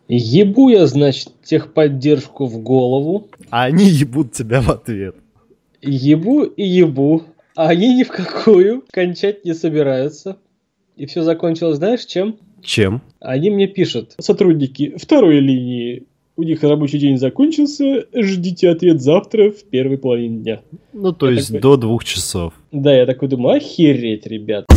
Ебу я, значит, техподдержку в голову. А они ебут тебя в ответ. Ебу и ебу. А они ни в какую кончать не собираются. И все закончилось, знаешь, чем? Чем? Они мне пишут: сотрудники второй линии, у них рабочий день закончился, ждите ответ завтра в первой половине дня. Ну, то есть такой... до 2 часов. Да, я такой думаю, охереть, ребят.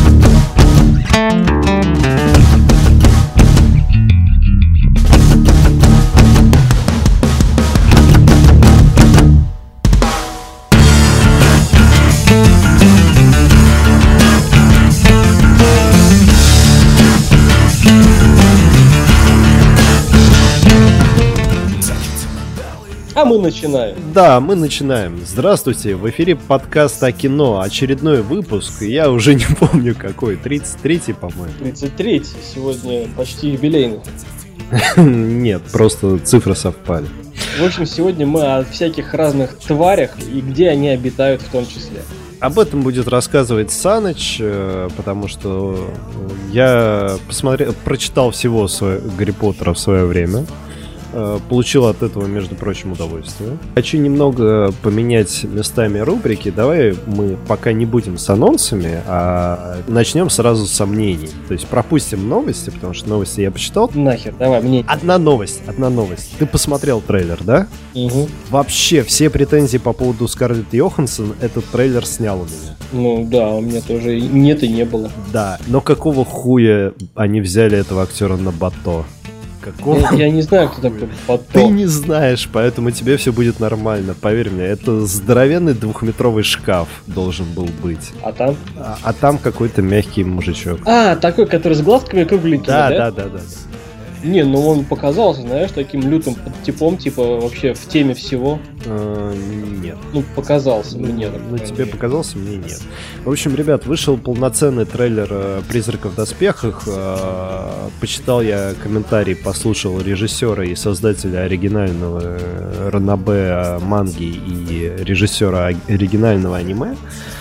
А мы начинаем. Да, мы начинаем. Здравствуйте, в эфире подкаст о кино. Очередной выпуск, я уже не помню какой, 33-й, по-моему. 33-й, сегодня почти юбилейный. Нет, просто цифры совпали. В общем, сегодня мы о всяких разных тварях и где они обитают в том числе. Об этом будет рассказывать Саныч, потому что я прочитал всего Гарри Поттера в свое время. Получил от этого, между прочим, удовольствие. Хочу немного поменять местами рубрики. Давай мы пока не будем с анонсами, а начнем сразу с сомнений. То есть пропустим новости, потому что новости я почитал. Нахер, давай, мне... Одна новость. Ты посмотрел трейлер, да? Угу. Вообще, все претензии по поводу Скарлетт Йоханссон этот трейлер снял у меня. Ну да, у меня тоже нет и не было. Да, но какого хуя они взяли этого актера на бато? Какого? Я не знаю, кто такой Бато. Ты не знаешь, поэтому тебе все будет нормально. Поверь мне, это здоровенный 2-метровый шкаф должен был быть. А там? А там какой-то мягкий мужичок. А, такой, который с глазками кругленькими, да? Да. Не, ну он показался, знаешь, таким лютым типом, типа вообще в теме всего. Нет. Ну, показался мне. Ну, тебе показался, мне нет. В общем, ребят, вышел полноценный трейлер «Призраков в доспехах». Почитал я комментарий, послушал режиссера и создателя оригинального ранобэ манги и режиссера оригинального аниме.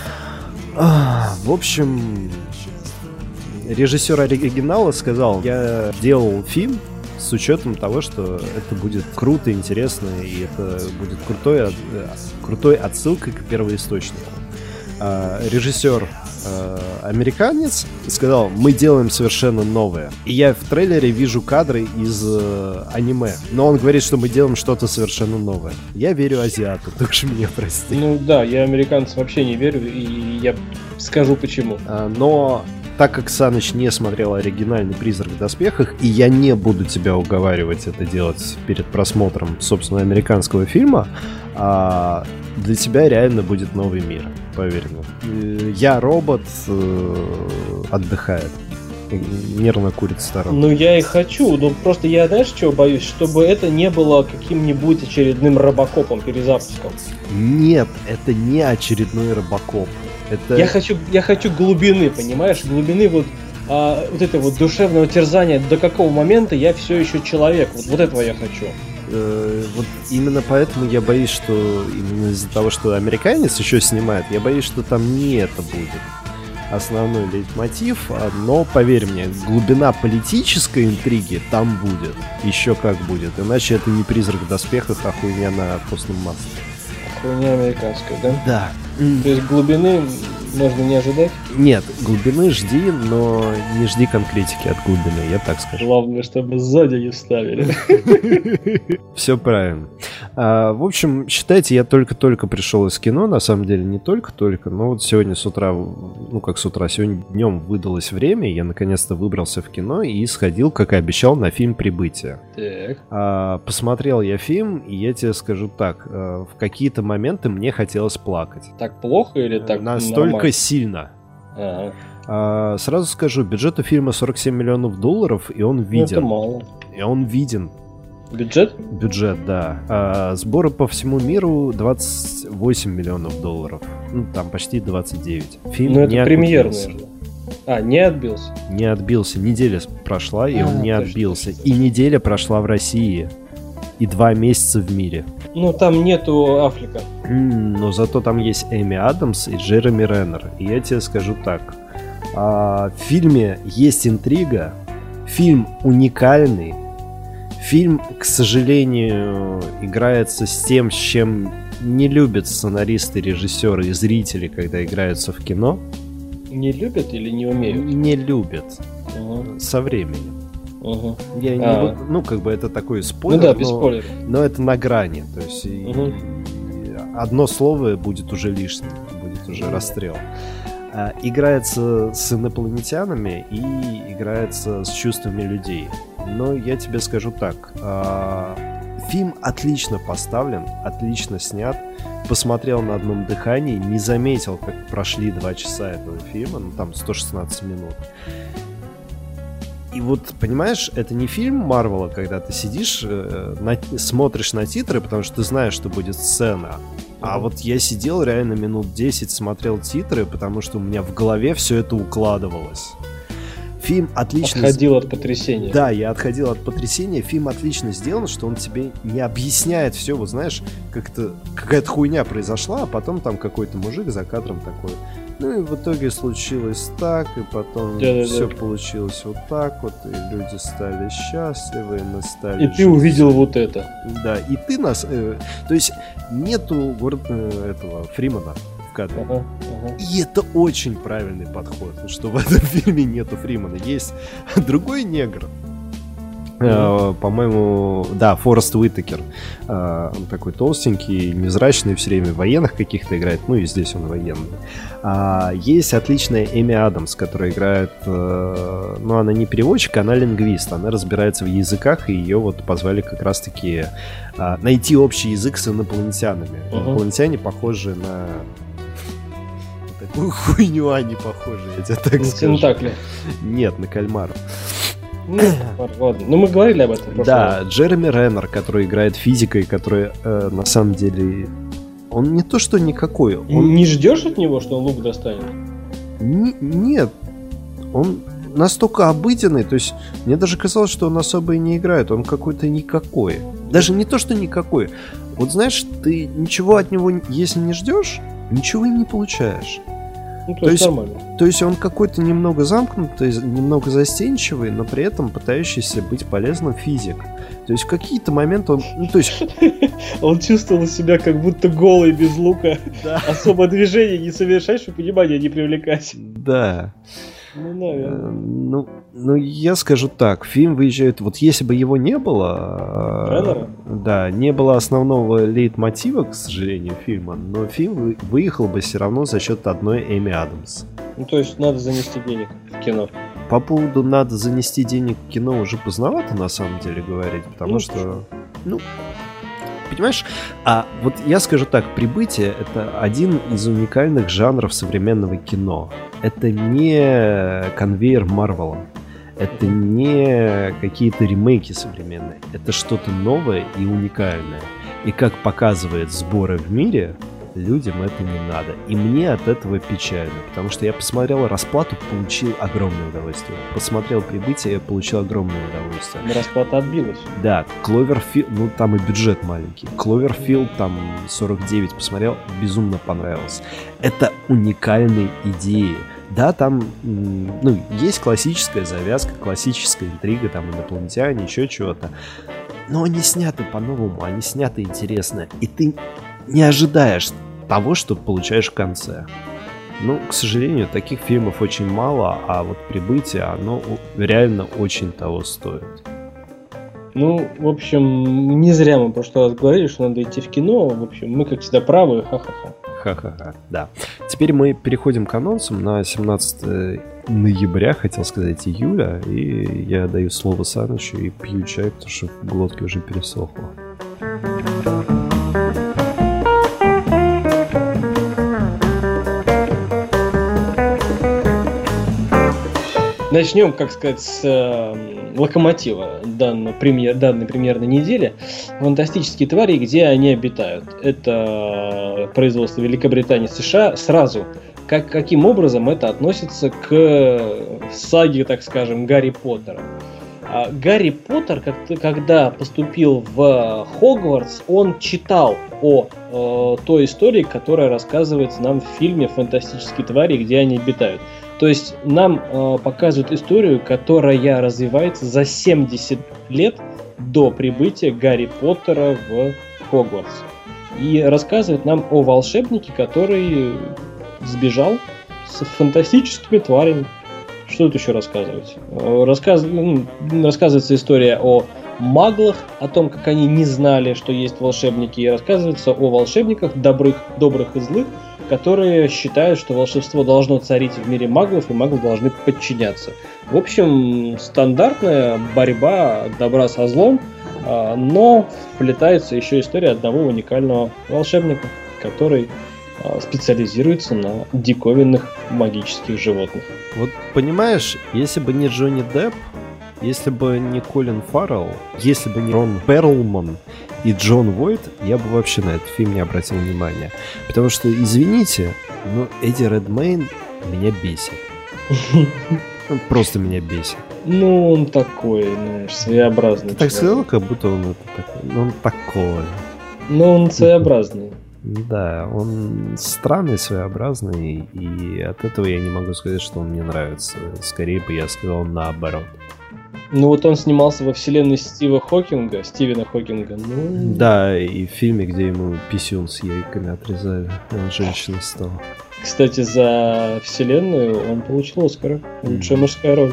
В общем... Режиссер оригинала сказал: я делал фильм с учетом того, что это будет круто, интересно, и это будет крутой отсылкой к первоисточнику. Режиссер американец сказал: мы делаем совершенно новое. И я в трейлере вижу кадры из аниме, но он говорит, что мы делаем что-то совершенно новое. Я верю азиату, ты уж меня прости. Ну да, я американцам вообще не верю, и я скажу почему. Но... Так как Саныч не смотрел оригинальный «Призрак в доспехах», и я не буду тебя уговаривать это делать перед просмотром, собственно, американского фильма, для тебя реально будет новый мир, поверь мне. Я робот отдыхает, нервно курит в сторону. Ну я и хочу, но просто я, знаешь, чего боюсь? Чтобы это не было каким-нибудь очередным робокопом, перезапуском. Нет, это не очередной робокоп. Это... Я хочу глубины, понимаешь? Глубины вот это вот душевного терзания, до какого момента я все еще человек. Вот этого я хочу. Вот именно поэтому я боюсь, что именно из-за того, что американец еще снимает, я боюсь, что там не это будет основной лейтмотив. Но поверь мне, глубина политической интриги там будет. Еще как будет. Иначе это не «Призрак в доспехах», а хуйня на постном масле. Хуйня американская, да? Да. То есть глубины можно не ожидать? Нет, глубины жди, но не жди конкретики от глубины, я так скажу. Главное, чтобы сзади не вставили. Все правильно. В общем, считайте, я только-только пришел из кино, на самом деле не только-только, но вот сегодня с утра, сегодня днем выдалось время, я наконец-то выбрался в кино и сходил, как и обещал, на фильм «Прибытие». Так. Посмотрел я фильм, и я тебе скажу так, в какие-то моменты мне хотелось плакать. Так плохо или так настолько нормально? Сильно. Ага. Сразу скажу, бюджет у фильма $47 миллионов, и он виден. Это мало. И он виден. Бюджет? Бюджет, да. Сборы по всему миру $28 миллионов. Ну, там почти 29. Фильм ну, это не премьерный. отбился. Не отбился? Не отбился. Неделя прошла, и он не отбился. И неделя прошла в России. И 2 месяца в мире. Ну, там нету Аффлека. Но зато там есть Эми Адамс и Джереми Реннер. И я тебе скажу так. В фильме есть интрига. Фильм уникальный. Фильм, к сожалению, играется с тем, с чем не любят сценаристы, режиссеры и зрители, когда играются в кино. Не любят или не умеют? Не любят. Со временем. Я не буду, ну, как бы это такой спойлер, ну да, без спойлеров. Но это на грани. То есть одно слово будет уже лишним, будет уже расстрел. Играется с инопланетянами и играется с чувствами людей. Но я тебе скажу так. Фильм отлично поставлен, отлично снят. Посмотрел на одном дыхании, не заметил, как прошли 2 часа этого фильма, ну там 116 минут. И вот, понимаешь, это не фильм Марвела, когда ты сидишь, смотришь на титры, потому что ты знаешь, что будет сцена. А вот я сидел реально минут 10, смотрел титры, потому что у меня в голове все это укладывалось. Фильм отлично... Отходил от потрясения. Да, я отходил от потрясения. Фильм отлично сделан, что он тебе не объясняет все. Вот знаешь, как-то какая-то хуйня произошла, а потом там какой-то мужик за кадром такой. Ну и в итоге случилось так, и потом все получилось вот так вот, и люди стали счастливы, мы стали... И ты увидел вот это. Да, и ты нас... то есть нету этого Фримана в кадре. И это очень правильный подход, что в этом фильме нету Фримана. Есть другой негр. По-моему, да, Форест Уитакер. Он такой толстенький, невзрачный, все время в военных каких-то играет. Ну и здесь он военный. Есть отличная Эми Адамс, которая играет... Ну, она не переводчик, она лингвист. Она разбирается в языках, и ее вот позвали как раз-таки найти общий язык с инопланетянами. Инопланетяне похожи на... Такую хуйню они похожи, я тебе так скажу. Так ли? Нет, на кальмаров. Ну, ладно. Ну, мы говорили об этом. Да, Джереми Реннер, который играет физикой, который на самом деле... Он не то, что никакой. Он... Не ждешь от него, что он лук достанет? Нет. Он настолько обыденный, то есть мне даже казалось, что он особо и не играет. Он какой-то никакой. Даже не то, что никакой. Вот знаешь, ты ничего от него, если не ждешь, ничего и не получаешь. Ну, то есть нормально. То есть он какой-то немного замкнутый, немного застенчивый, но при этом пытающийся быть полезным физик. То есть в какие-то моменты он... Ну, то есть... Он чувствовал себя как будто голый, без лука. Да. Особо движения не совершаешь, чтобы внимание не привлекать. Да. Ну, наверное. Ну, я скажу так, фильм выезжает... Вот если бы его не было... Реннера? Да, не было основного лейтмотива, к сожалению, фильма, но фильм выехал бы все равно за счет одной Эми Адамс. Ну, то есть надо занести денег в кино. По поводу «надо занести денег в кино» уже поздновато, на самом деле, говорить, потому что... Ну, понимаешь? А вот я скажу так, «Прибытие» — это один из уникальных жанров современного кино. Это не конвейер Марвела. Это не какие-то ремейки современные. Это что-то новое и уникальное. И как показывает сборы в мире, людям это не надо. И мне от этого печально. Потому что я посмотрел «Расплату», получил огромное удовольствие. Посмотрел «Прибытие», получил огромное удовольствие. Но «Расплата» отбилась. Да, «Кловерфилд», ну там и бюджет маленький. «Кловерфилд», там 49 посмотрел, безумно понравилось. Это уникальные идеи. Да, там, ну, есть классическая завязка, классическая интрига, там, инопланетяне, еще чего-то. Но они сняты по-новому, они сняты интересно. И ты не ожидаешь того, что получаешь в конце. Ну, к сожалению, таких фильмов очень мало, а вот «Прибытие», оно реально очень того стоит. Ну, в общем, не зря мы в прошлый раз говорили, что надо идти в кино. В общем, мы, как всегда, правы, ха-ха-ха. Ха-ха-ха, да. Теперь мы переходим к анонсам на 17 ноября, хотел сказать июля, и я даю слово Санычу и пью чай, потому что в глотке уже пересохло. Начнем, как сказать, с локомотива данной премьерной недели. «Фантастические твари. Где они обитают». Это производство Великобритании, США. Сразу, каким образом это относится к саге, так скажем, Гарри Поттера. Гарри Поттер, когда поступил в Хогвартс, он читал о той истории, которая рассказывается нам в фильме «Фантастические твари. Где они обитают». То есть нам показывают историю, которая развивается за 70 лет до прибытия Гарри Поттера в Хогвартс. И рассказывает нам о волшебнике, который сбежал с фантастическими тварями. Что тут еще рассказывать? Рассказывается история о маглах, о том, как они не знали, что есть волшебники, и рассказывается о волшебниках, добрых и злых, которые считают, что волшебство должно царить в мире маглов, и маглы должны подчиняться. В общем, стандартная борьба добра со злом, но вплетается еще история одного уникального волшебника, который специализируется на диковинных магических животных. Вот понимаешь, если бы не Джонни Депп, если бы не Колин Фаррелл, если бы не Рон Перлман и Джон Войт, я бы вообще на этот фильм не обратил внимания. Потому что, извините, но Эдди Редмейн меня бесит. Он просто меня бесит. Ну, он такой, знаешь, своеобразный. Ты так сказал, как будто он такой. Ну, он такой. Ну, он своеобразный. Да, он странный, своеобразный, и от этого я не могу сказать, что он мне нравится. Скорее бы я сказал наоборот. Ну вот он снимался во вселенной Стивена Хокинга. Ну... Да, и в фильме, где ему писюн с яйками отрезали, он женщиной стал. Кстати, за вселенную он получил Оскара. Лучшая мужская роль.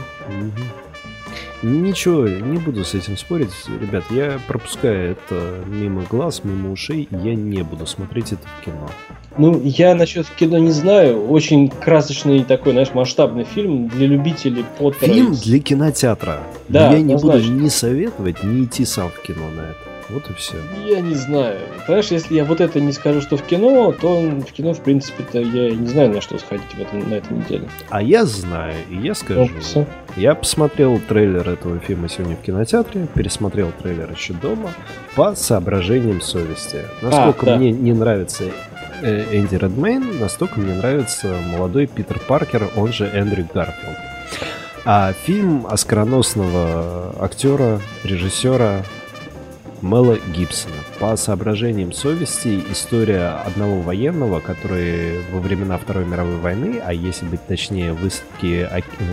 Ничего, не буду с этим спорить. Ребят, я пропускаю это мимо глаз, мимо ушей, и я не буду смотреть это в кино. Ну, я насчет кино не знаю. Очень красочный такой, знаешь, масштабный фильм для любителей Поттера. Фильм для кинотеатра. Да, но я не буду однозначно. ни советовать, ни идти сам в кино на это. Вот и все. Я не знаю. Понимаешь, если я вот это не скажу, что в кино, то в кино, в принципе-то, я не знаю, на что сходить на этой неделе. А я знаю, и я скажу. Все. Я посмотрел трейлер этого фильма сегодня в кинотеатре, пересмотрел трейлер еще дома по соображениям совести. Насколько мне не нравится Энди Редмейн, настолько мне нравится молодой Питер Паркер, он же Эндрю Гарфилд. А фильм оскароносного актера, режиссера Мела Гибсона. По соображениям совести, история одного военного, который во времена Второй мировой войны, а если быть точнее, высадки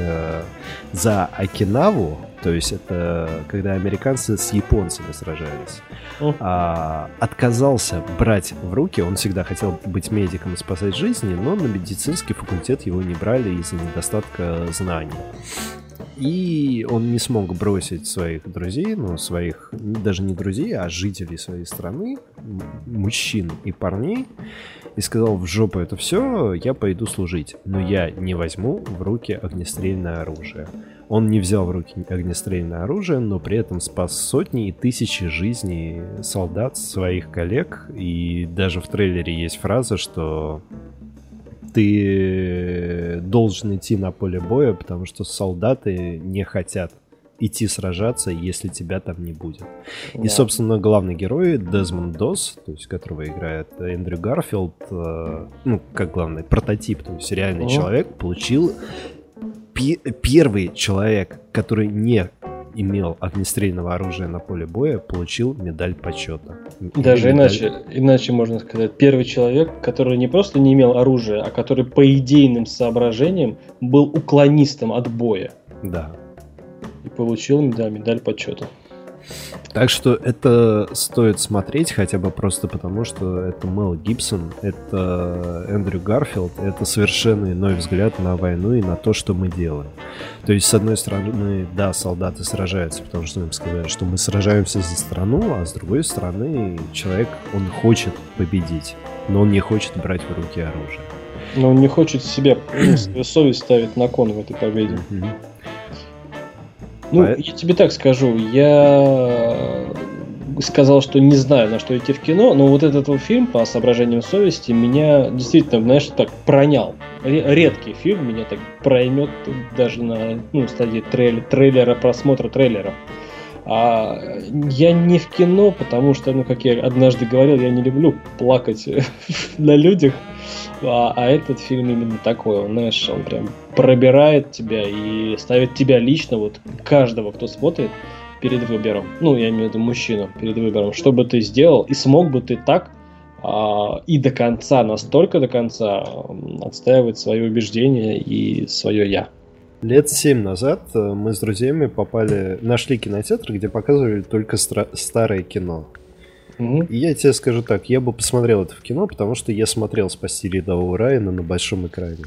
за Окинаву, то есть это когда американцы с японцами сражались, отказался брать в руки, он всегда хотел быть медиком и спасать жизни, но на медицинский факультет его не брали из-за недостатка знаний. И он не смог бросить своих друзей, ну, своих, даже не друзей, а жителей своей страны, мужчин и парней, и сказал: в жопу это все, я пойду служить, но я не возьму в руки огнестрельное оружие. Он не взял в руки огнестрельное оружие, но при этом спас сотни и тысячи жизней солдат, своих коллег, и даже в трейлере есть фраза, что ты должен идти на поле боя, потому что солдаты не хотят идти сражаться, если тебя там не будет. Да. И, собственно, главный герой Дезмонд Дос, то есть которого играет Эндрю Гарфилд, ну, как главный прототип, то есть реальный человек, получил первый человек, который не имел огнестрельного оружия на поле боя, получил медаль почета. Даже иначе можно сказать, первый человек, который не просто не имел оружия, а который по идейным соображениям был уклонистом от боя. Да. И получил медаль почета. Так что это стоит смотреть хотя бы просто потому, что это Мел Гибсон, это Эндрю Гарфилд, это совершенно иной взгляд на войну и на то, что мы делаем. То есть, с одной стороны, да, солдаты сражаются, потому что им сказали, что мы сражаемся за страну, а с другой стороны, человек, он хочет победить, но он не хочет брать в руки оружие. Но он не хочет себя, свою совесть ставить на кон в этой победе. Ну, я тебе так скажу, я сказал, что не знаю, на что идти в кино, но вот этот вот фильм, по соображениям совести, меня действительно, знаешь, так пронял. Редкий фильм меня так проймет даже на стадии трейлера, просмотра трейлера. А я не в кино, потому что, как я однажды говорил, я не люблю плакать на людях. А этот фильм именно такой, он, знаешь, он прям пробирает тебя и ставит тебя лично, вот каждого, кто смотрит, перед выбором. Ну, я имею в виду мужчину, перед выбором. Что бы ты сделал, и смог бы ты так и до конца, настолько до конца отстаивать свои убеждения и свое «я». Лет 7 назад мы с друзьями нашли кинотеатр, где показывали только старое кино. И я тебе скажу так, я бы посмотрел это в кино, потому что я смотрел «Спасти рядового Райана» на большом экране.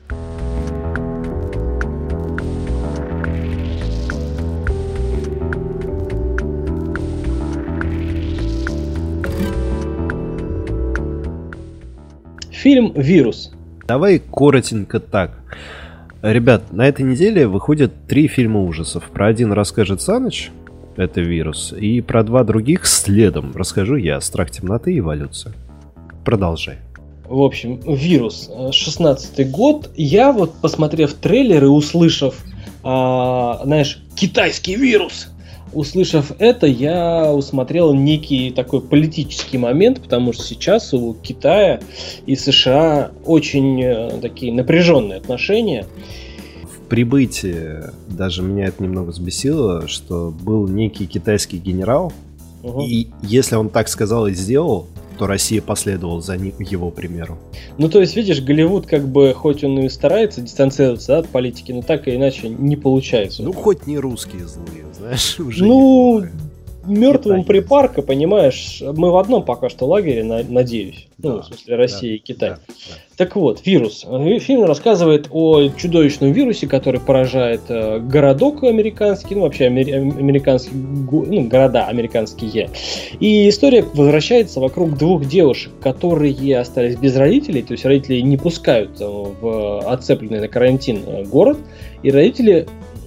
Фильм «Вирус». Давай коротенько так. Ребят, на этой неделе выходят 3 фильма ужасов. Про один расскажет Саныч, это «Вирус», и про 2 других следом расскажу я, «Страх темноты» и «Эволюция». Продолжай. В общем, «Вирус», 16-й год. Я вот, посмотрев трейлер и услышав, знаешь, китайский вирус, услышав это, я усмотрел некий такой политический момент, потому что сейчас у Китая и США очень такие напряженные отношения. В прибытии даже меня это немного взбесило, что был некий китайский генерал, и если он так сказал и сделал, то Россия последовала за его примеру. Ну, то есть, видишь, Голливуд, как бы, хоть он и старается дистанцироваться от политики, но так или иначе не получается. Ну, хоть не русские злые, знаешь, уже. Ну, мертвым припарка, понимаешь, мы в одном пока что лагере, надеюсь. Да, ну, в смысле, Россия и Китай. Да. Так вот, «Вирус». Фильм рассказывает о чудовищном вирусе, который поражает городок американский, ну, вообще американские, ну, города американские. И история возвращается вокруг 2 девушек, которые остались без родителей, то есть родители не пускают в отцепленный на карантин город, и родители,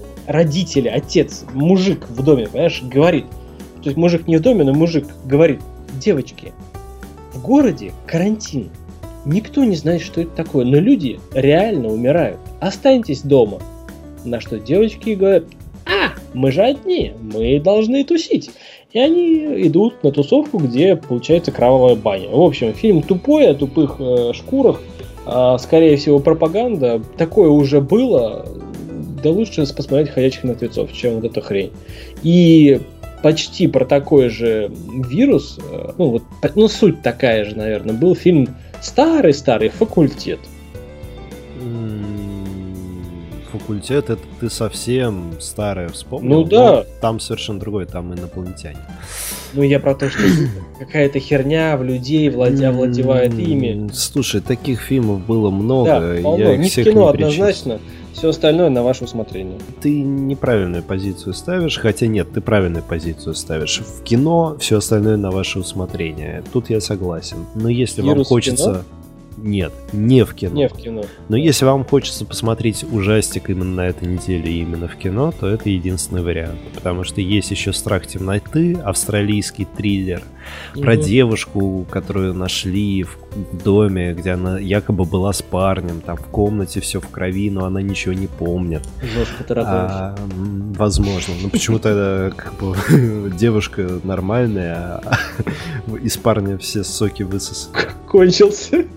отец, мужик в доме, понимаешь, говорит, то есть мужик не в доме, но мужик говорит: девочки, в городе карантин, никто не знает, что это такое, но люди реально умирают, останьтесь дома. На что девочки говорят: мы же одни, мы должны тусить. И они идут на тусовку, где получается кровавая баня. В общем, фильм тупой, о тупых шкурах, скорее всего пропаганда, такое уже было, да лучше посмотреть «Ходячих мертвецов», чем вот эта хрень. И почти про такой же вирус, ну суть такая же, наверное, был фильм старый-старый «Факультет». «Факультет» — это ты совсем старое вспомнил. Ну да. Там совершенно другое, там инопланетяне. Ну я про то, что какая-то херня в людей овладевает ими. Слушай, таких фильмов было много. Да, полно. Я не в кино однозначно. Все остальное на ваше усмотрение. Ты неправильную позицию ставишь, хотя нет, ты правильную позицию ставишь. В кино все остальное на ваше усмотрение. Тут я согласен. Но если вам хочется... Нет, не в кино. Не в кино. Но если вам хочется посмотреть ужастик именно на этой неделе и именно в кино, то это единственный вариант. Потому что есть еще «Страх темноты», австралийский триллер про девушку, которую нашли в доме, где она якобы была с парнем, там в комнате все в крови, но она ничего не помнит. Жестко ты работаешь. Возможно. Но почему-то как бы девушка нормальная, а из парня все соки высосали. Кончился.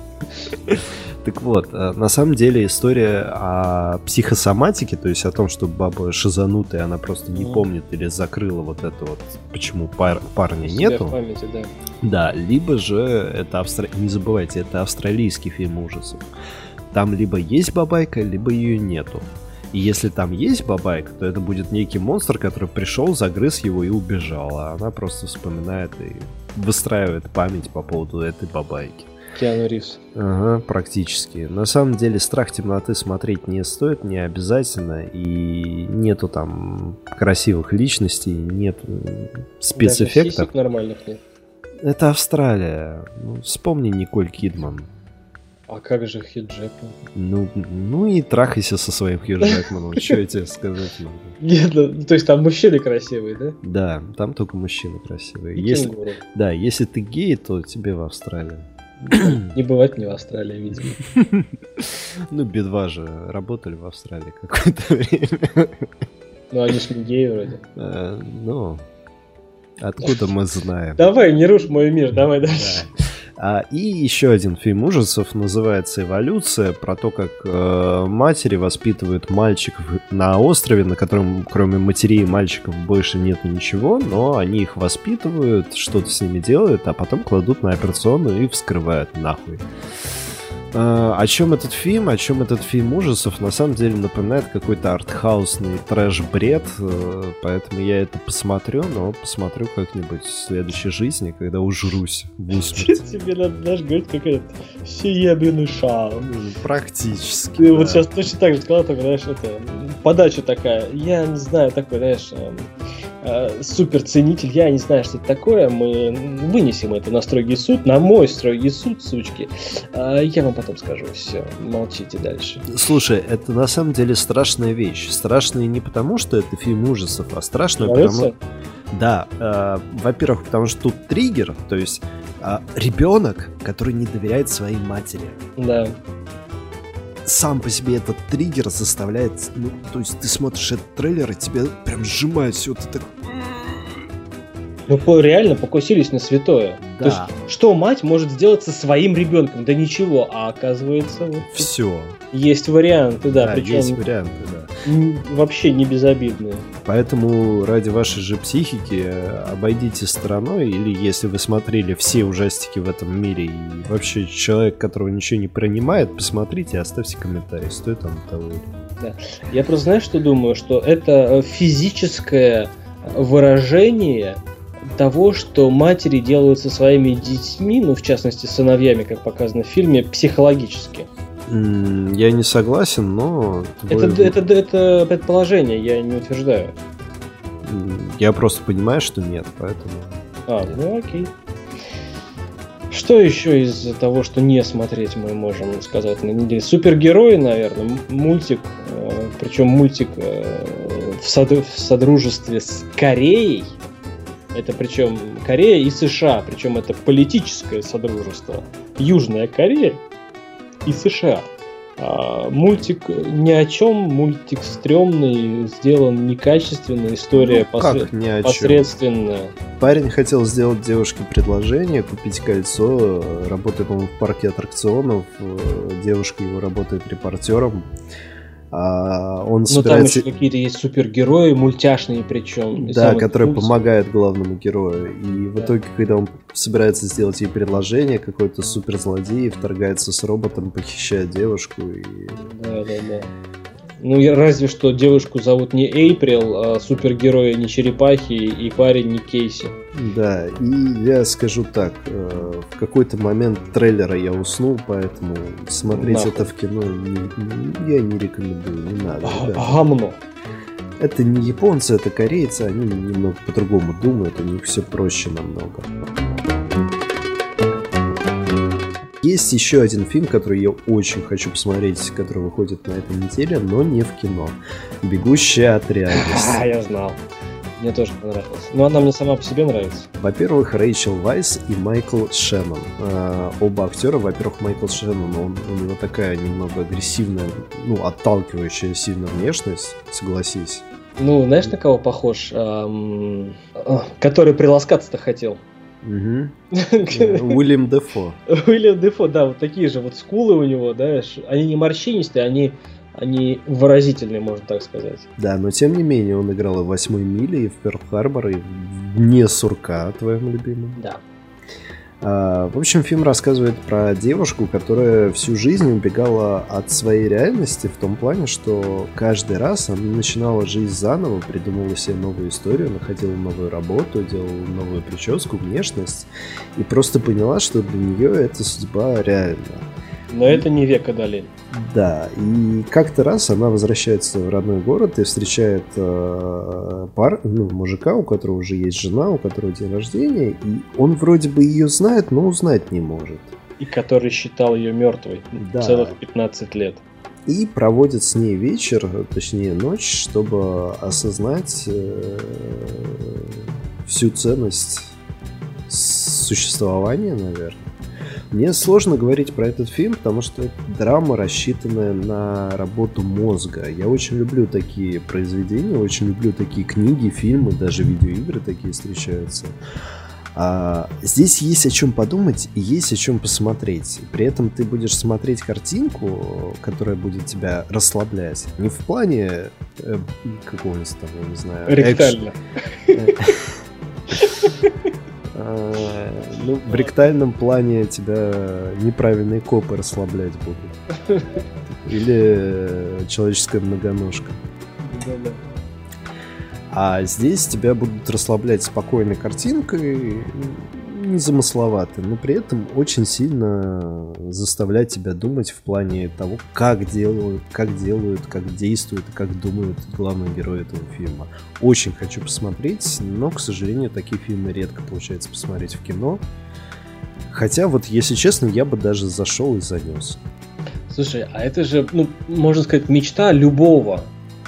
Так вот, на самом деле история о психосоматике, то есть о том, что баба шизанутая, она просто не помнит или закрыла вот это вот, почему парня нету. В памяти, да. Да, либо же это не забывайте, это австралийский фильм ужасов. Там либо есть бабайка, либо ее нету. И если там есть бабайка, то это будет некий монстр, который пришел, загрыз его и убежал. А она просто вспоминает и выстраивает память по поводу этой бабайки. Киану Ривз. Ага, практически. На самом деле «Страх темноты» смотреть не стоит, не обязательно. И нету там красивых личностей, нет спецэффектов. Даже сисек нормальных нет. Это Австралия. Ну, вспомни Николь Кидман. А как же Хью Джекман? Ну и трахайся со своим Хью Джекманом. Что я тебе сказать могу? Нет, то есть там мужчины красивые, да? Да, там только мужчины красивые. Если ты гей, то тебе в Австралию. Не бывать мне в Австралии, видимо. Ну, Би-2 же работали в Австралии какое-то время. Ну, они ж не геи вроде. Ну, откуда мы знаем? Давай, не рушь мой мир, давай дальше. И еще один фильм ужасов называется «Эволюция», про то, как матери воспитывают мальчиков на острове, на котором кроме матерей и мальчиков больше нет ничего, но они их воспитывают, что-то с ними делают, а потом кладут на операционную и вскрывают нахуй. О чем этот фильм? О чем этот фильм ужасов? На самом деле напоминает какой-то артхаусный трэш-бред, поэтому я это посмотрю, но посмотрю как-нибудь в следующей жизни, когда ужрусь в усмерть. Тебе надо, знаешь, говорить какая-то серебряный шар. Практически. Ты вот сейчас точно так же сказал, только, знаешь, это подача такая. Я не знаю, такой, знаешь, супер ценитель, я не знаю, что это такое. Мы вынесем это на строгий суд, на мой строгий суд, сучки. Я вам потом скажу. Все, молчите дальше. Слушай, это на самом деле страшная вещь. Страшная не потому, что это фильм ужасов, а страшная потому... Да, во-первых, потому что тут триггер, то есть ребенок, который не доверяет своей матери. Да. Сам по себе этот триггер заставляет... Ну, то есть ты смотришь этот трейлер, и тебя прям сжимает все, ты так... Ну, реально покусились на святое. Да. То есть, что мать может сделать со своим ребенком? Да ничего, а оказывается... Вот все. Есть варианты, да. Да, причем есть варианты, да. Вообще не безобидные. Поэтому ради вашей же психики обойдите стороной, или если вы смотрели все ужастики в этом мире, и вообще человек, которого ничего не принимает, посмотрите и оставьте комментарий, стоит он того. Да. Я просто, знаешь, что думаю? Что это физическое выражение того, что матери делают со своими детьми, ну, в частности, сыновьями, как показано в фильме, психологически. Я не согласен, но... Это предположение, я не утверждаю. Я просто понимаю, что нет, поэтому... Ну окей. Что еще из того, что не смотреть, мы можем сказать на неделе? Супергерои, наверное, мультик, причем мультик в содружестве с Кореей. Это причем Корея и США, причем это политическое содружество. Южная Корея и США. Мультик ни о чем, мультик стрёмный, сделан некачественно, история посредственная. Парень хотел сделать девушке предложение, купить кольцо, работает он в парке аттракционов, девушка его работает репортером. Он собирается... там еще какие-то есть супергерои, мультяшные причем. Да, которые помогают главному герою. И в итоге, когда он собирается сделать ей предложение, какой-то суперзлодей вторгается с роботом, похищает девушку и... Да. Ну, разве что девушку зовут не Эйприл, а супергероя не Черепахи и парень не Кейси. Да, и я скажу так, в какой-то момент трейлера я уснул, поэтому смотреть это в кино я не рекомендую, не надо. Гамно. Это не японцы, это корейцы, они немного по-другому думают, у них все проще намного. Есть еще один фильм, который я очень хочу посмотреть, который выходит на этой неделе, но не в кино. «Бегущая от реальности». Я знал. Мне тоже понравилось. Но она мне сама по себе нравится. Во-первых, Рэйчел Вайс и Майкл Шеннон. Оба актера. Во-первых, Майкл Шеннон, у него такая немного агрессивная, отталкивающая сильно внешность, согласись. Ну, знаешь, на кого похож? Который приласкаться-то хотел. Уильям Дефо. Уильям Дефо, да, вот такие же вот скулы у него, да, они не морщинистые, они выразительные, можно так сказать. Да, но тем не менее он играл и в «Восьмой миле», и в «Перл-Харбор», и в «Дне сурка», твоем любимом. Да. В общем, фильм рассказывает про девушку, которая всю жизнь убегала от своей реальности в том плане, что каждый раз она начинала жизнь заново, придумывала себе новую историю, находила новую работу, делала новую прическу, внешность, и просто поняла, что для нее эта судьба реальна. Но это не «Век Адалин». Да, и как-то раз она возвращается в родной город и встречает мужика, у которого уже есть жена, у которого день рождения, и он вроде бы ее знает, но узнать не может. И который считал ее мертвой целых 15 лет. И проводит с ней вечер, точнее ночь, чтобы осознать всю ценность существования, наверное. Мне сложно говорить про этот фильм, потому что это драма, рассчитанная на работу мозга. Я очень люблю такие произведения, очень люблю такие книги, фильмы, даже видеоигры такие встречаются. Здесь есть о чем подумать и есть о чем посмотреть. При этом ты будешь смотреть картинку, которая будет тебя расслаблять. Не в плане какого-нибудь там, я не знаю... Ректально. Ну, в ректальном плане тебя неправильные копы расслаблять будут. Или человеческая многоножка. Да-да. А здесь тебя будут расслаблять спокойной картинкой, незамысловато, но при этом очень сильно заставлять тебя думать в плане того, как делают, как действуют и как думают главные герои этого фильма. Очень хочу посмотреть, но, к сожалению, такие фильмы редко получается посмотреть в кино. Хотя, вот, если честно, я бы даже зашел и занес. Слушай, а это же, ну, можно сказать, мечта любого.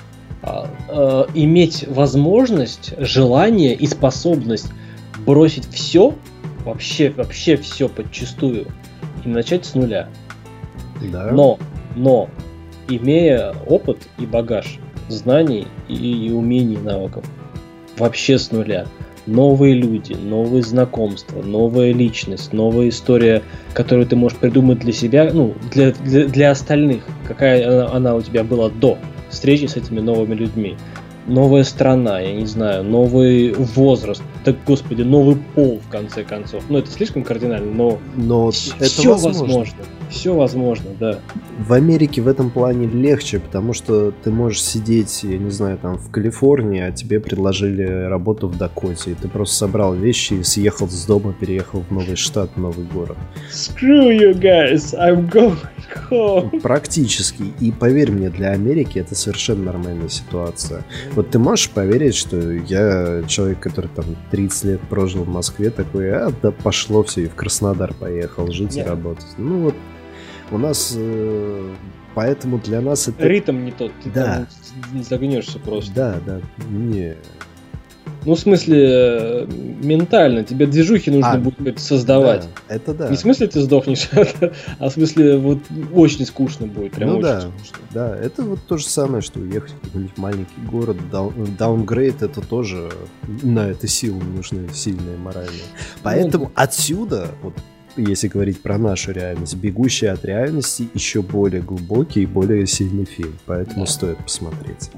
Иметь возможность, желание и способность бросить все, вообще все подчистую и начать с нуля. Да. Но имея опыт и багаж знаний и умений, навыков, вообще с нуля. Новые люди, новые знакомства, новая личность, новая история, которую ты можешь придумать для себя, ну, для остальных, какая она у тебя была до встречи с этими новыми людьми. Новая страна, я не знаю, новый возраст, да, господи, новый пол, в конце концов. Ну, это слишком кардинально, но все возможно. Все возможно, да. В Америке в этом плане легче, потому что ты можешь сидеть, я не знаю, там в Калифорнии, а тебе предложили работу в Дакоте, и ты просто собрал вещи и съехал с дома, переехал в новый штат, в новый город. Screw you guys, I'm going home. Практически. И поверь мне, для Америки это совершенно нормальная ситуация. Вот ты можешь поверить, что я человек, который там 30 лет прожил в Москве, такой, да пошло все, и в Краснодар поехал жить и работать. Ну вот, у нас, поэтому для нас это... Ритм не тот, ты там не загнешься просто. Да, не... Ну, в смысле, ментально, тебе движухи нужно будет создавать. Да, это да. Не в смысле ты сдохнешь, а в смысле вот очень скучно будет, прям очень скучно. Да, это вот то же самое, что уехать в какой-нибудь маленький город, даунгрейд, это тоже, на это силы нужны сильные моральные. Поэтому отсюда, вот, если говорить про нашу реальность, «Бегущий от реальности» еще более глубокий и более сильный фильм, поэтому стоит посмотреть.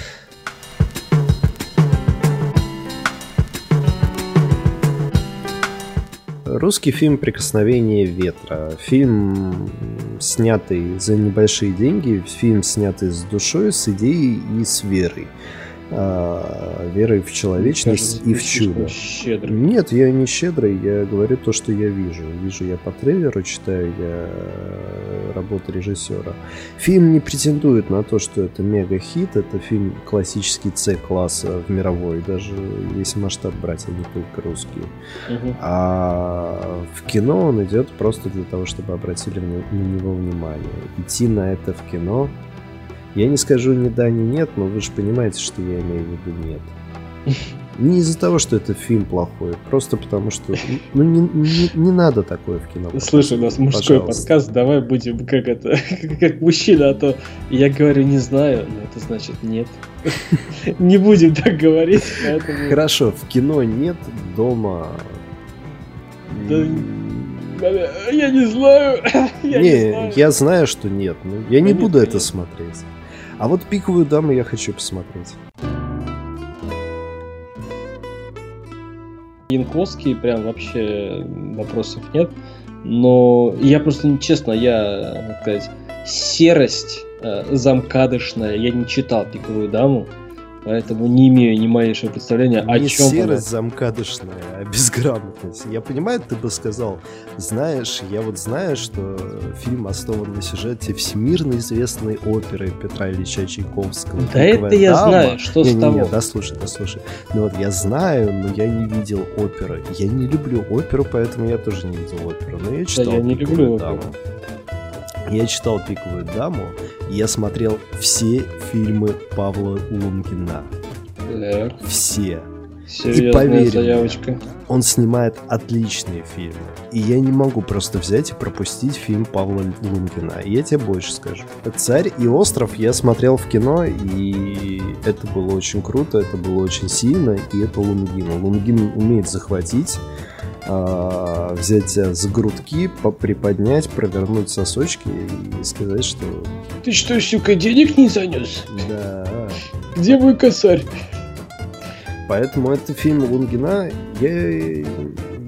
Русский фильм «Прикосновение ветра». Фильм, снятый за небольшие деньги, фильм, снятый с душой, с идеей и с верой. Верой в человечность и в чудо. Щедрый. Нет, я не щедрый, я говорю то, что я вижу. Вижу я по трейлеру, читаю я работу режиссера. Фильм не претендует на то, что это мега-хит. Это фильм классический С-класса в мировой. Даже если масштаб брать, а не только русский. А в кино он идет просто для того, чтобы обратили на него внимание. Идти на это в кино... Я не скажу ни да, ни нет, но вы же понимаете, что я имею в виду нет. Не из-за того, что это фильм плохой, просто потому что не надо такое в кино. Слушай, у нас мужской подкаст, давай будем как мужчина, а то я говорю не знаю, но это значит нет. Не будем так говорить. Хорошо, в кино нет, дома... Я не знаю. Я знаю, что нет, но я не буду это смотреть. А вот «Пиковую даму» я хочу посмотреть. Янковский, прям вообще вопросов нет. Но я просто, честно, так сказать, серость замкадышная, я не читал «Пиковую даму», поэтому не имею ни малейшего представления, о чем она. Не серость замкадышная, а безграмотность. Я понимаю, ты бы сказал, знаешь, я вот знаю, что фильм основан на сюжете всемирно известной оперы Петра Ильича Чайковского. Да это я знаю, что с того? Не, дослушай. Ну вот я знаю, но я не видел оперы. Я не люблю оперу, поэтому я тоже не видел оперу. Но я читал «Пиковую даму». Я читал «Пиковую даму», и я смотрел все фильмы Павла Лунгина. Все. Серьезная и поверь заявочка. Мне, он снимает отличные фильмы. И я не могу просто взять и пропустить фильм Павла Лунгина. И я тебе больше скажу. «Царь и остров» я смотрел в кино, и это было очень круто, это было очень сильно, и это Лунгин. Лунгин умеет захватить, взять тебя за грудки, приподнять, провернуть сосочки и сказать, что... Ты что, сука, денег не занес? Да. Где мой косарь? Поэтому это фильм Лунгина. Я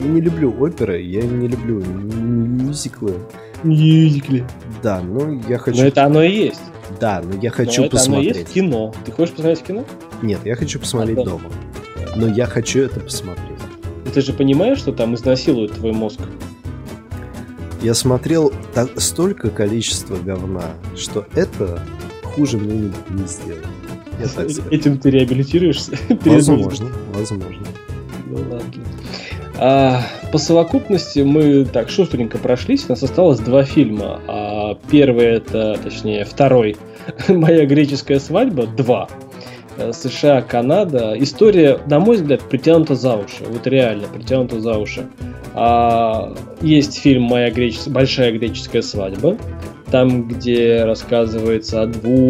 не люблю оперы, я не люблю мюзиклы. Мюзикли. Да, ну я хочу... Но это оно и есть. Да, но я хочу посмотреть. Оно есть в кино. Ты хочешь посмотреть в кино? Нет, я хочу посмотреть дома. Но я хочу это посмотреть. Ты же понимаешь, что там изнасилуют твой мозг? Я смотрел столько количества говна, что это хуже мне не сделает. Этим ты реабилитируешься? Возможно. Ну ладно. По совокупности мы так шустренько прошлись. У нас осталось 2 фильма. Первый второй «Моя греческая свадьба», 2. США, Канада. История, на мой взгляд, притянута за уши. Вот реально притянута за уши. Есть фильм «Большая греческая свадьба». Там, где рассказывается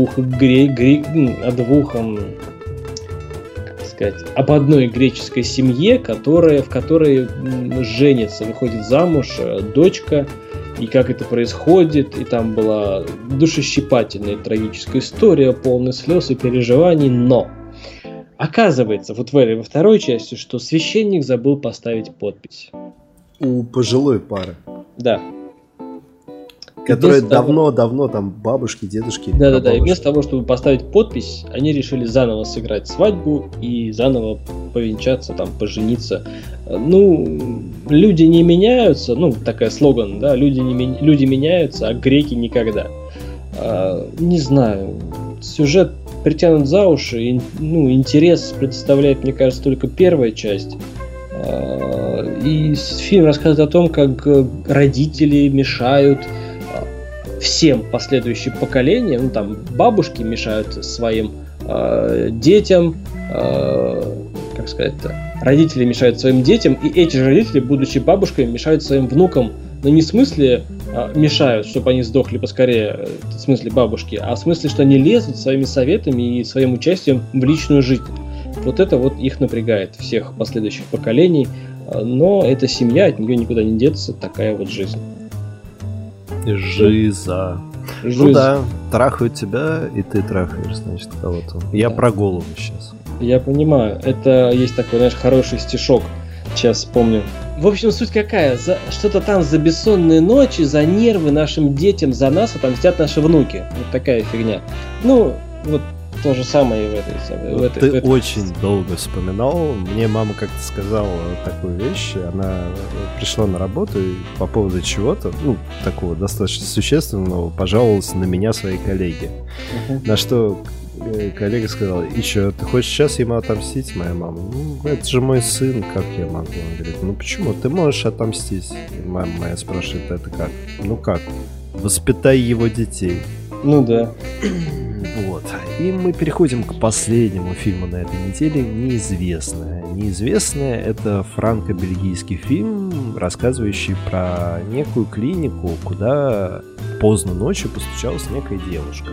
об одной греческой семье, в которой женится, выходит замуж дочка, и как это происходит, и там была душещипательная трагическая история, полная слез и переживаний, но оказывается, вот во второй части, что священник забыл поставить подпись. У пожилой пары. Да. Которые давно там бабушки, дедушки. Да. И вместо того, чтобы поставить подпись, они решили заново сыграть свадьбу и заново повенчаться, там, пожениться. Ну, люди не меняются, такой слоган, да, люди меняются, а греки никогда. Не знаю, сюжет притянут за уши, интерес представляет, мне кажется, только первая часть. И фильм рассказывает о том, как родители мешают всем последующим поколениям, там бабушки мешают своим детям, родители мешают своим детям, и эти же родители, будучи бабушками, мешают своим внукам, но не в смысле мешают, чтобы они сдохли поскорее, в смысле бабушки, а в смысле, что они лезут своими советами и своим участием в личную жизнь. Вот это вот их напрягает, всех последующих поколений, но эта семья, от нее никуда не деться, такая вот жизнь. Жиза. Ну да, трахают тебя, и ты трахаешь, значит, кого-то. Я про голову сейчас. Я понимаю, это есть такой, знаешь, хороший стишок, сейчас вспомню. В общем, суть какая? Что-то там за бессонные ночи, за нервы нашим детям, за нас отомстят наши внуки. Вот такая фигня. Ну, вот то же самое и в этой. Очень долго вспоминал. Мне мама как-то сказала такую вещь. Она пришла на работу и по поводу чего-то, такого достаточно существенного, пожаловалась на меня своей коллеге. На что коллега сказала: и что, ты хочешь сейчас ему отомстить, моя мама? Это же мой сын, как я могу? Он говорит: почему? Ты можешь отомстить. И мама моя спрашивает: это как? Как? Воспитай его детей. Ну да. Вот. И мы переходим к последнему фильму на этой неделе. «Неизвестное». «Неизвестное» — это франко-бельгийский фильм, рассказывающий про некую клинику, куда поздно ночью постучалась некая девушка.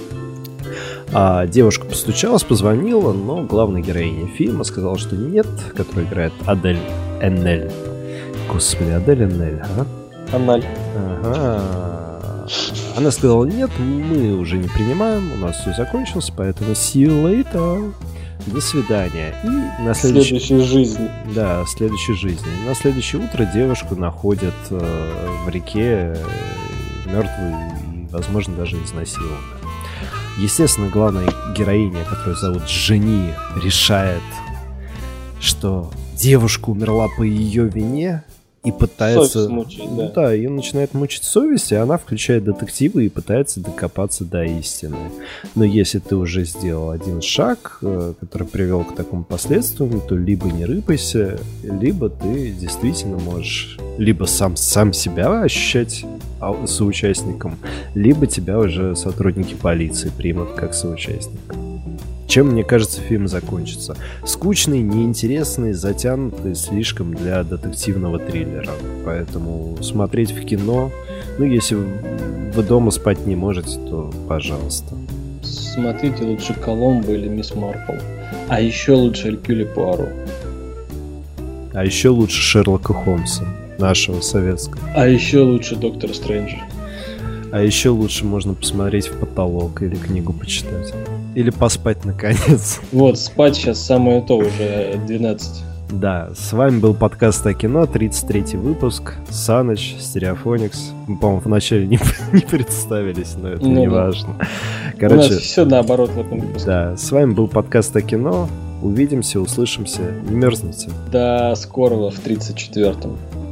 А девушка постучалась, позвонила, но главная героиня фильма сказала, что нет, которая играет Адель Эннель. Господи, Адель Эннель, а? Аналь. Ага. Она сказала: нет, мы уже не принимаем, у нас все закончилось, поэтому see you later. До свидания. И на следующей жизни. Да, в следующей жизни. На следующее утро девушку находят в реке мертвую и, возможно, даже изнасилованную. Естественно, главная героиня, которую зовут Жени, решает, что девушка умерла по ее вине, и пытается... Мучить, да, ее начинает мучить совесть, и она включает детективы и пытается докопаться до истины. Но если ты уже сделал один шаг, который привел к такому последствию, то либо не рыпайся, либо ты действительно можешь либо сам себя ощущать соучастником, либо тебя уже сотрудники полиции примут как соучастника. Чем, мне кажется, фильм закончится? Скучный, неинтересный, затянутый слишком для детективного триллера. Поэтому смотреть в кино, если вы дома спать не можете, то пожалуйста. Смотрите лучше Коломбо или Мисс Марпл. А еще лучше Эркюль Пуаро. А еще лучше Шерлока Холмса, нашего советского. А еще лучше Доктора Стрэнджа. А еще лучше можно посмотреть в потолок или книгу почитать. Или поспать наконец. Вот, спать сейчас самое то, уже 12. Да, с вами был подкаст о кино, 33-й выпуск. Саныч, Стереофоникс. Мы, по-моему, вначале не представились, но это не важно. Короче, у нас все наоборот в этом выпуске. Да, с вами был подкаст о кино. Увидимся, услышимся. Не мерзните. До скорого в 34-м.